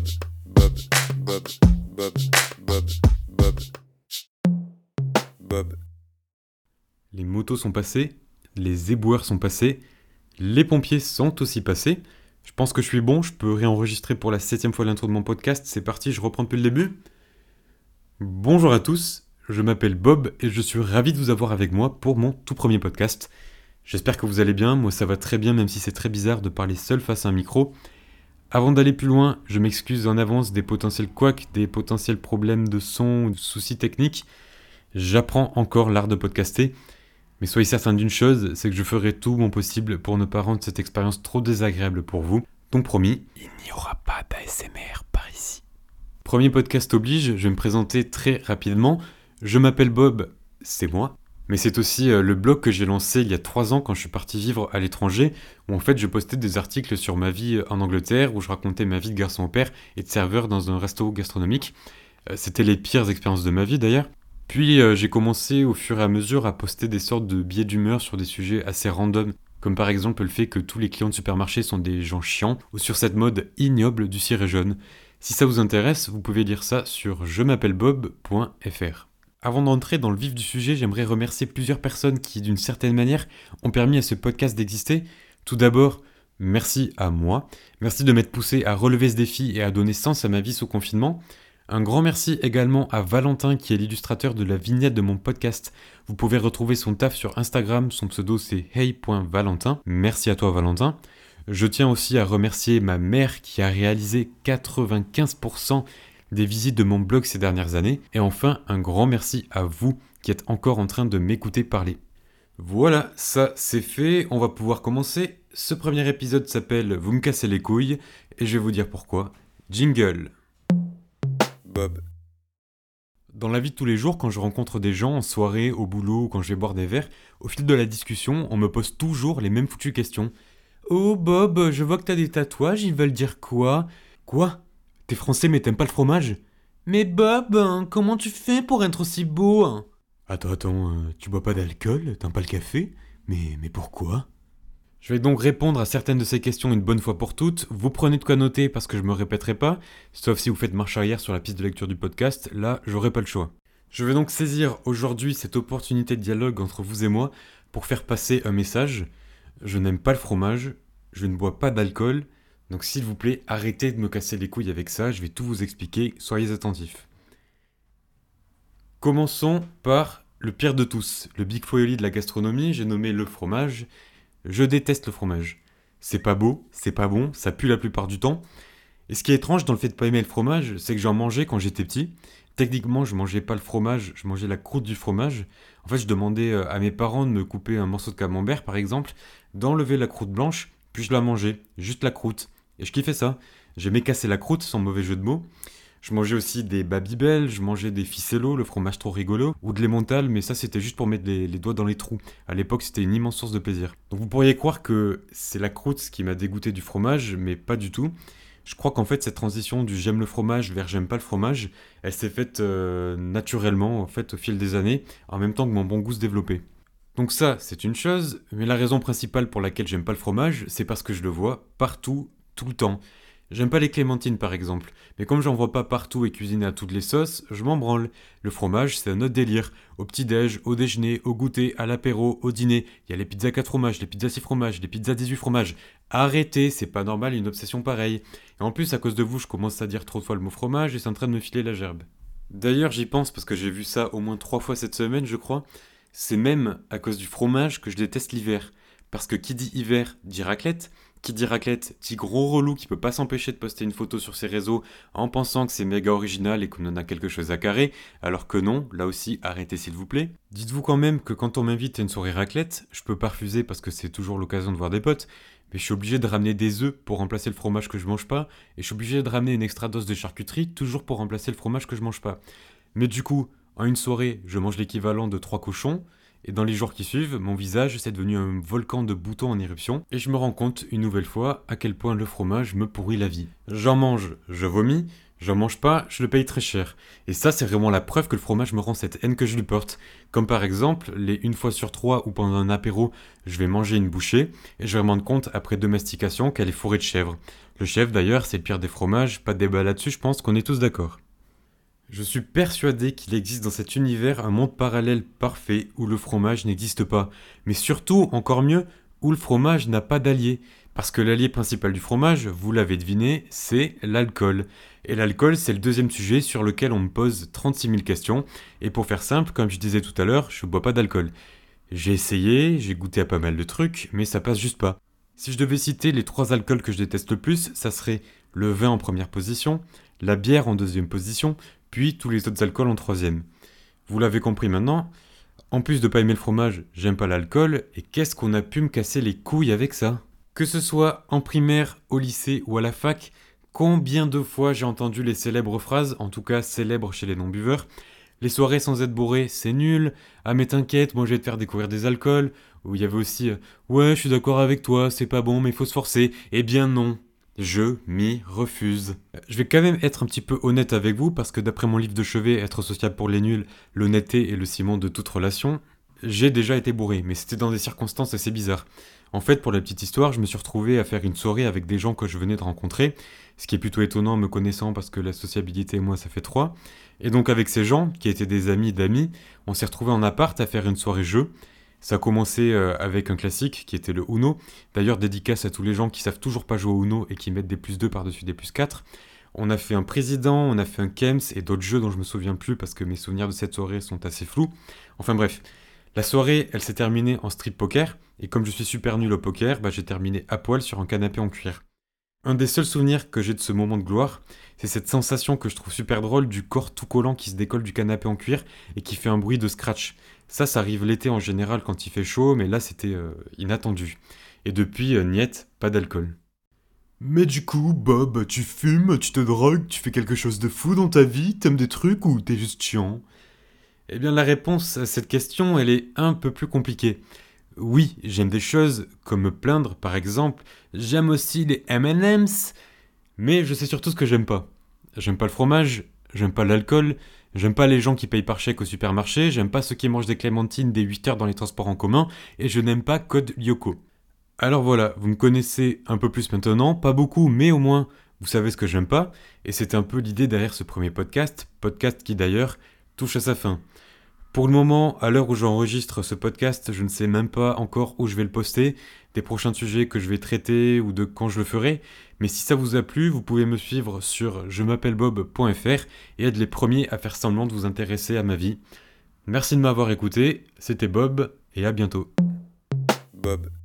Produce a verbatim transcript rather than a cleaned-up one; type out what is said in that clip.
Bob, Bob, Bob, Bob, Bob, Bob, Bob. Les motos sont passées, les éboueurs sont passés, les pompiers sont aussi passés. Je pense que je suis bon, je peux réenregistrer pour la septième fois l'intro de mon podcast. C'est parti, je reprends depuis le début. Bonjour à tous, je m'appelle Bob et je suis ravi de vous avoir avec moi pour mon tout premier podcast. J'espère que vous allez bien, moi ça va très bien même si c'est très bizarre de parler seul face à un micro. Avant d'aller plus loin, je m'excuse en avance des potentiels couacs, des potentiels problèmes de son ou de soucis techniques. J'apprends encore l'art de podcaster, mais soyez certains d'une chose, c'est que je ferai tout mon possible pour ne pas rendre cette expérience trop désagréable pour vous. Donc promis, il n'y aura pas d'A S M R par ici. Premier podcast oblige, je vais me présenter très rapidement. Je m'appelle Bob, c'est moi. Mais c'est aussi euh, le blog que j'ai lancé il y a trois ans quand je suis parti vivre à l'étranger, où en fait je postais des articles sur ma vie en Angleterre, où je racontais ma vie de garçon au père et de serveur dans un resto gastronomique. Euh, c'était les pires expériences de ma vie d'ailleurs. Puis euh, j'ai commencé au fur et à mesure à poster des sortes de billets d'humeur sur des sujets assez random, comme par exemple le fait que tous les clients de supermarché sont des gens chiants, ou sur cette mode ignoble du ciré jaune. Si ça vous intéresse, vous pouvez lire ça sur je m'appelle bob point f r. Avant d'entrer dans le vif du sujet, j'aimerais remercier plusieurs personnes qui, d'une certaine manière, ont permis à ce podcast d'exister. Tout d'abord, merci à moi. Merci de m'être poussé à relever ce défi et à donner sens à ma vie sous confinement. Un grand merci également à Valentin qui est l'illustrateur de la vignette de mon podcast. Vous pouvez retrouver son taf sur Instagram, son pseudo c'est hey point valentin. Merci à toi Valentin. Je tiens aussi à remercier ma mère qui a réalisé quatre-vingt-quinze pour cent des visites de mon blog ces dernières années. Et enfin, un grand merci à vous qui êtes encore en train de m'écouter parler. Voilà, ça c'est fait, on va pouvoir commencer. Ce premier épisode s'appelle « Vous me cassez les couilles » et je vais vous dire pourquoi. Jingle. Bob. Dans la vie de tous les jours, quand je rencontre des gens en soirée, au boulot, ou quand je vais boire des verres, au fil de la discussion, on me pose toujours les mêmes foutues questions. « Oh Bob, je vois que t'as des tatouages, ils veulent dire quoi ?»« Quoi ? T'es français mais t'aimes pas le fromage ? Mais Bob, hein, comment tu fais pour être aussi beau hein ? Attends, attends, euh, tu bois pas d'alcool ? T'aimes pas le café ? Mais, mais pourquoi ? Je vais donc répondre à certaines de ces questions une bonne fois pour toutes. Vous prenez de quoi noter parce que je me répéterai pas, sauf si vous faites marche arrière sur la piste de lecture du podcast, là j'aurai pas le choix. Je vais donc saisir aujourd'hui cette opportunité de dialogue entre vous et moi pour faire passer un message. Je n'aime pas le fromage, je ne bois pas d'alcool, donc s'il vous plaît, arrêtez de me casser les couilles avec ça, je vais tout vous expliquer, soyez attentifs. Commençons par le pire de tous, le Big Foyoli de la gastronomie, j'ai nommé le fromage. Je déteste le fromage. C'est pas beau, c'est pas bon, ça pue la plupart du temps. Et ce qui est étrange dans le fait de pas aimer le fromage, c'est que j'en mangeais quand j'étais petit. Techniquement, je mangeais pas le fromage, je mangeais la croûte du fromage. En fait, je demandais à mes parents de me couper un morceau de camembert, par exemple, d'enlever la croûte blanche, puis je la mangeais, juste la croûte. Et je kiffais ça. J'aimais casser la croûte, sans mauvais jeu de mots. Je mangeais aussi des Babybel, je mangeais des Ficello, le fromage trop rigolo, ou de l'emmental, mais ça c'était juste pour mettre les, les doigts dans les trous. À l'époque, c'était une immense source de plaisir. Donc vous pourriez croire que c'est la croûte qui m'a dégoûté du fromage, mais pas du tout. Je crois qu'en fait, cette transition du j'aime le fromage vers j'aime pas le fromage, elle s'est faite euh, naturellement, en fait, au fil des années, en même temps que mon bon goût se développait. Donc ça, c'est une chose, mais la raison principale pour laquelle j'aime pas le fromage, c'est parce que je le vois partout, tout le temps. J'aime pas les clémentines par exemple, mais comme j'en vois pas partout et cuisiné à toutes les sauces, je m'en branle. Le fromage, c'est un autre délire. Au petit-déj, au déjeuner, au goûter, à l'apéro, au dîner, il y a les pizzas quatre fromages, les pizzas six fromages, les pizzas dix-huit fromages. Arrêtez, c'est pas normal une obsession pareille. Et en plus, à cause de vous, je commence à dire trop de fois le mot fromage et c'est en train de me filer la gerbe. D'ailleurs, j'y pense parce que j'ai vu ça au moins trois fois cette semaine, je crois. C'est même à cause du fromage que je déteste l'hiver. Parce que qui dit hiver dit raclette. Qui dit raclette, dit gros relou qui peut pas s'empêcher de poster une photo sur ses réseaux en pensant que c'est méga original et qu'on en a quelque chose à carrer, alors que non, là aussi, arrêtez s'il vous plaît. Dites-vous quand même que quand on m'invite à une soirée raclette, je peux pas refuser parce que c'est toujours l'occasion de voir des potes, mais je suis obligé de ramener des œufs pour remplacer le fromage que je mange pas, et je suis obligé de ramener une extra dose de charcuterie toujours pour remplacer le fromage que je mange pas. Mais du coup, en une soirée, je mange l'équivalent de trois cochons, et dans les jours qui suivent, mon visage c'est devenu un volcan de boutons en éruption, et je me rends compte une nouvelle fois à quel point le fromage me pourrit la vie. J'en mange, je vomis, J'en mange pas, je le paye très cher. Et ça, c'est vraiment la preuve que le fromage me rend cette haine que je lui porte. Comme par exemple, les une fois sur trois ou pendant un apéro, je vais manger une bouchée et je vais me rendre compte après deux mastications qu'elle est fourrée de chèvre. Le chèvre d'ailleurs, c'est le pire des fromages, pas de débat là-dessus, je pense qu'on est tous d'accord. Je suis persuadé qu'il existe dans cet univers un monde parallèle parfait où le fromage n'existe pas. Mais surtout, encore mieux, où le fromage n'a pas d'allié. Parce que l'allié principal du fromage, vous l'avez deviné, c'est l'alcool. Et l'alcool, c'est le deuxième sujet sur lequel on me pose trente-six mille questions. Et pour faire simple, comme je disais tout à l'heure, je bois pas d'alcool. J'ai essayé, j'ai goûté à pas mal de trucs, mais ça passe juste pas. Si je devais citer les trois alcools que je déteste le plus, ça serait le vin en première position, la bière en deuxième position, puis tous les autres alcools en troisième. Vous l'avez compris maintenant, en plus de pas aimer le fromage, j'aime pas l'alcool, et qu'est-ce qu'on a pu me casser les couilles avec ça? Que ce soit en primaire, au lycée ou à la fac, combien de fois j'ai entendu les célèbres phrases, en tout cas célèbres chez les non-buveurs, les soirées sans être bourré, c'est nul, ah mais t'inquiète, moi je vais te faire découvrir des alcools, ou il y avait aussi, euh, ouais je suis d'accord avec toi, c'est pas bon mais il faut se forcer, eh bien non. Je m'y refuse. Je vais quand même être un petit peu honnête avec vous parce que d'après mon livre de chevet Être sociable pour les nuls, l'honnêteté est le ciment de toute relation, j'ai déjà été bourré, mais c'était dans des circonstances assez bizarres. En fait, pour la petite histoire, je me suis retrouvé à faire une soirée avec des gens que je venais de rencontrer, ce qui est plutôt étonnant me connaissant parce que la sociabilité et moi ça fait trois. Et donc avec ces gens, qui étaient des amis d'amis, on s'est retrouvés en appart à faire une soirée jeu. Ça a commencé euh, avec un classique qui était le Uno. D'ailleurs, dédicace à tous les gens qui savent toujours pas jouer au Uno et qui mettent des plus deux par-dessus des plus quatre. On a fait un président, on a fait un Kems et d'autres jeux dont je me souviens plus parce que mes souvenirs de cette soirée sont assez flous. Enfin bref, la soirée, elle s'est terminée en street poker. Et comme je suis super nul au poker, bah, j'ai terminé à poil sur un canapé en cuir. Un des seuls souvenirs que j'ai de ce moment de gloire, c'est cette sensation que je trouve super drôle du corps tout collant qui se décolle du canapé en cuir et qui fait un bruit de scratch. Ça, ça arrive l'été en général quand il fait chaud, mais là c'était euh, inattendu. Et depuis, euh, niet, pas d'alcool. Mais du coup, Bob, tu fumes, tu te drogues, tu fais quelque chose de fou dans ta vie, t'aimes des trucs ou t'es juste chiant? Eh bien la réponse à cette question, elle est un peu plus compliquée. Oui, j'aime des choses comme me plaindre par exemple, j'aime aussi les M and M's, mais je sais surtout ce que j'aime pas. J'aime pas le fromage, j'aime pas l'alcool, j'aime pas les gens qui payent par chèque au supermarché, j'aime pas ceux qui mangent des clémentines dès huit heures dans les transports en commun, et je n'aime pas Code Lyoko. Alors voilà, vous me connaissez un peu plus maintenant, pas beaucoup, mais au moins vous savez ce que j'aime pas, et c'était un peu l'idée derrière ce premier podcast, podcast qui d'ailleurs touche à sa fin. Pour le moment, à l'heure où j'enregistre ce podcast, je ne sais même pas encore où je vais le poster, des prochains sujets que je vais traiter ou de quand je le ferai, mais si ça vous a plu, vous pouvez me suivre sur je m'appelle bob point f r et être les premiers à faire semblant de vous intéresser à ma vie. Merci de m'avoir écouté, c'était Bob, et à bientôt. Bob.